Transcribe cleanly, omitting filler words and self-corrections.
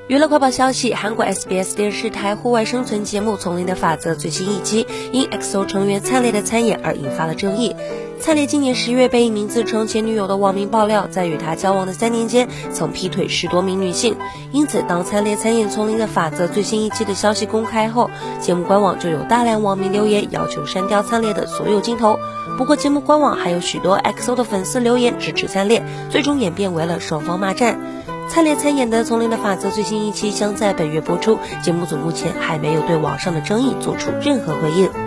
娱乐快报消息，韩国 SBS 电视台户外生存节目《丛林的法则》最新一期因 EXO 成员灿烈的参演而引发了争议。灿烈今年10月被一名自称前女友的网民爆料，在与他交往的3年间曾劈腿10多名女性。因此当灿烈参演《丛林的法则》最新一期的消息公开后，节目官网就有大量网民留言要求删掉灿烈的所有镜头。不过节目官网还有许多 EXO 的粉丝留言支持灿烈，最终演变为了双方骂战。灿烈参演的《丛林的法则》最新一期将在本月播出，节目组目前还没有对网上的争议做出任何回应。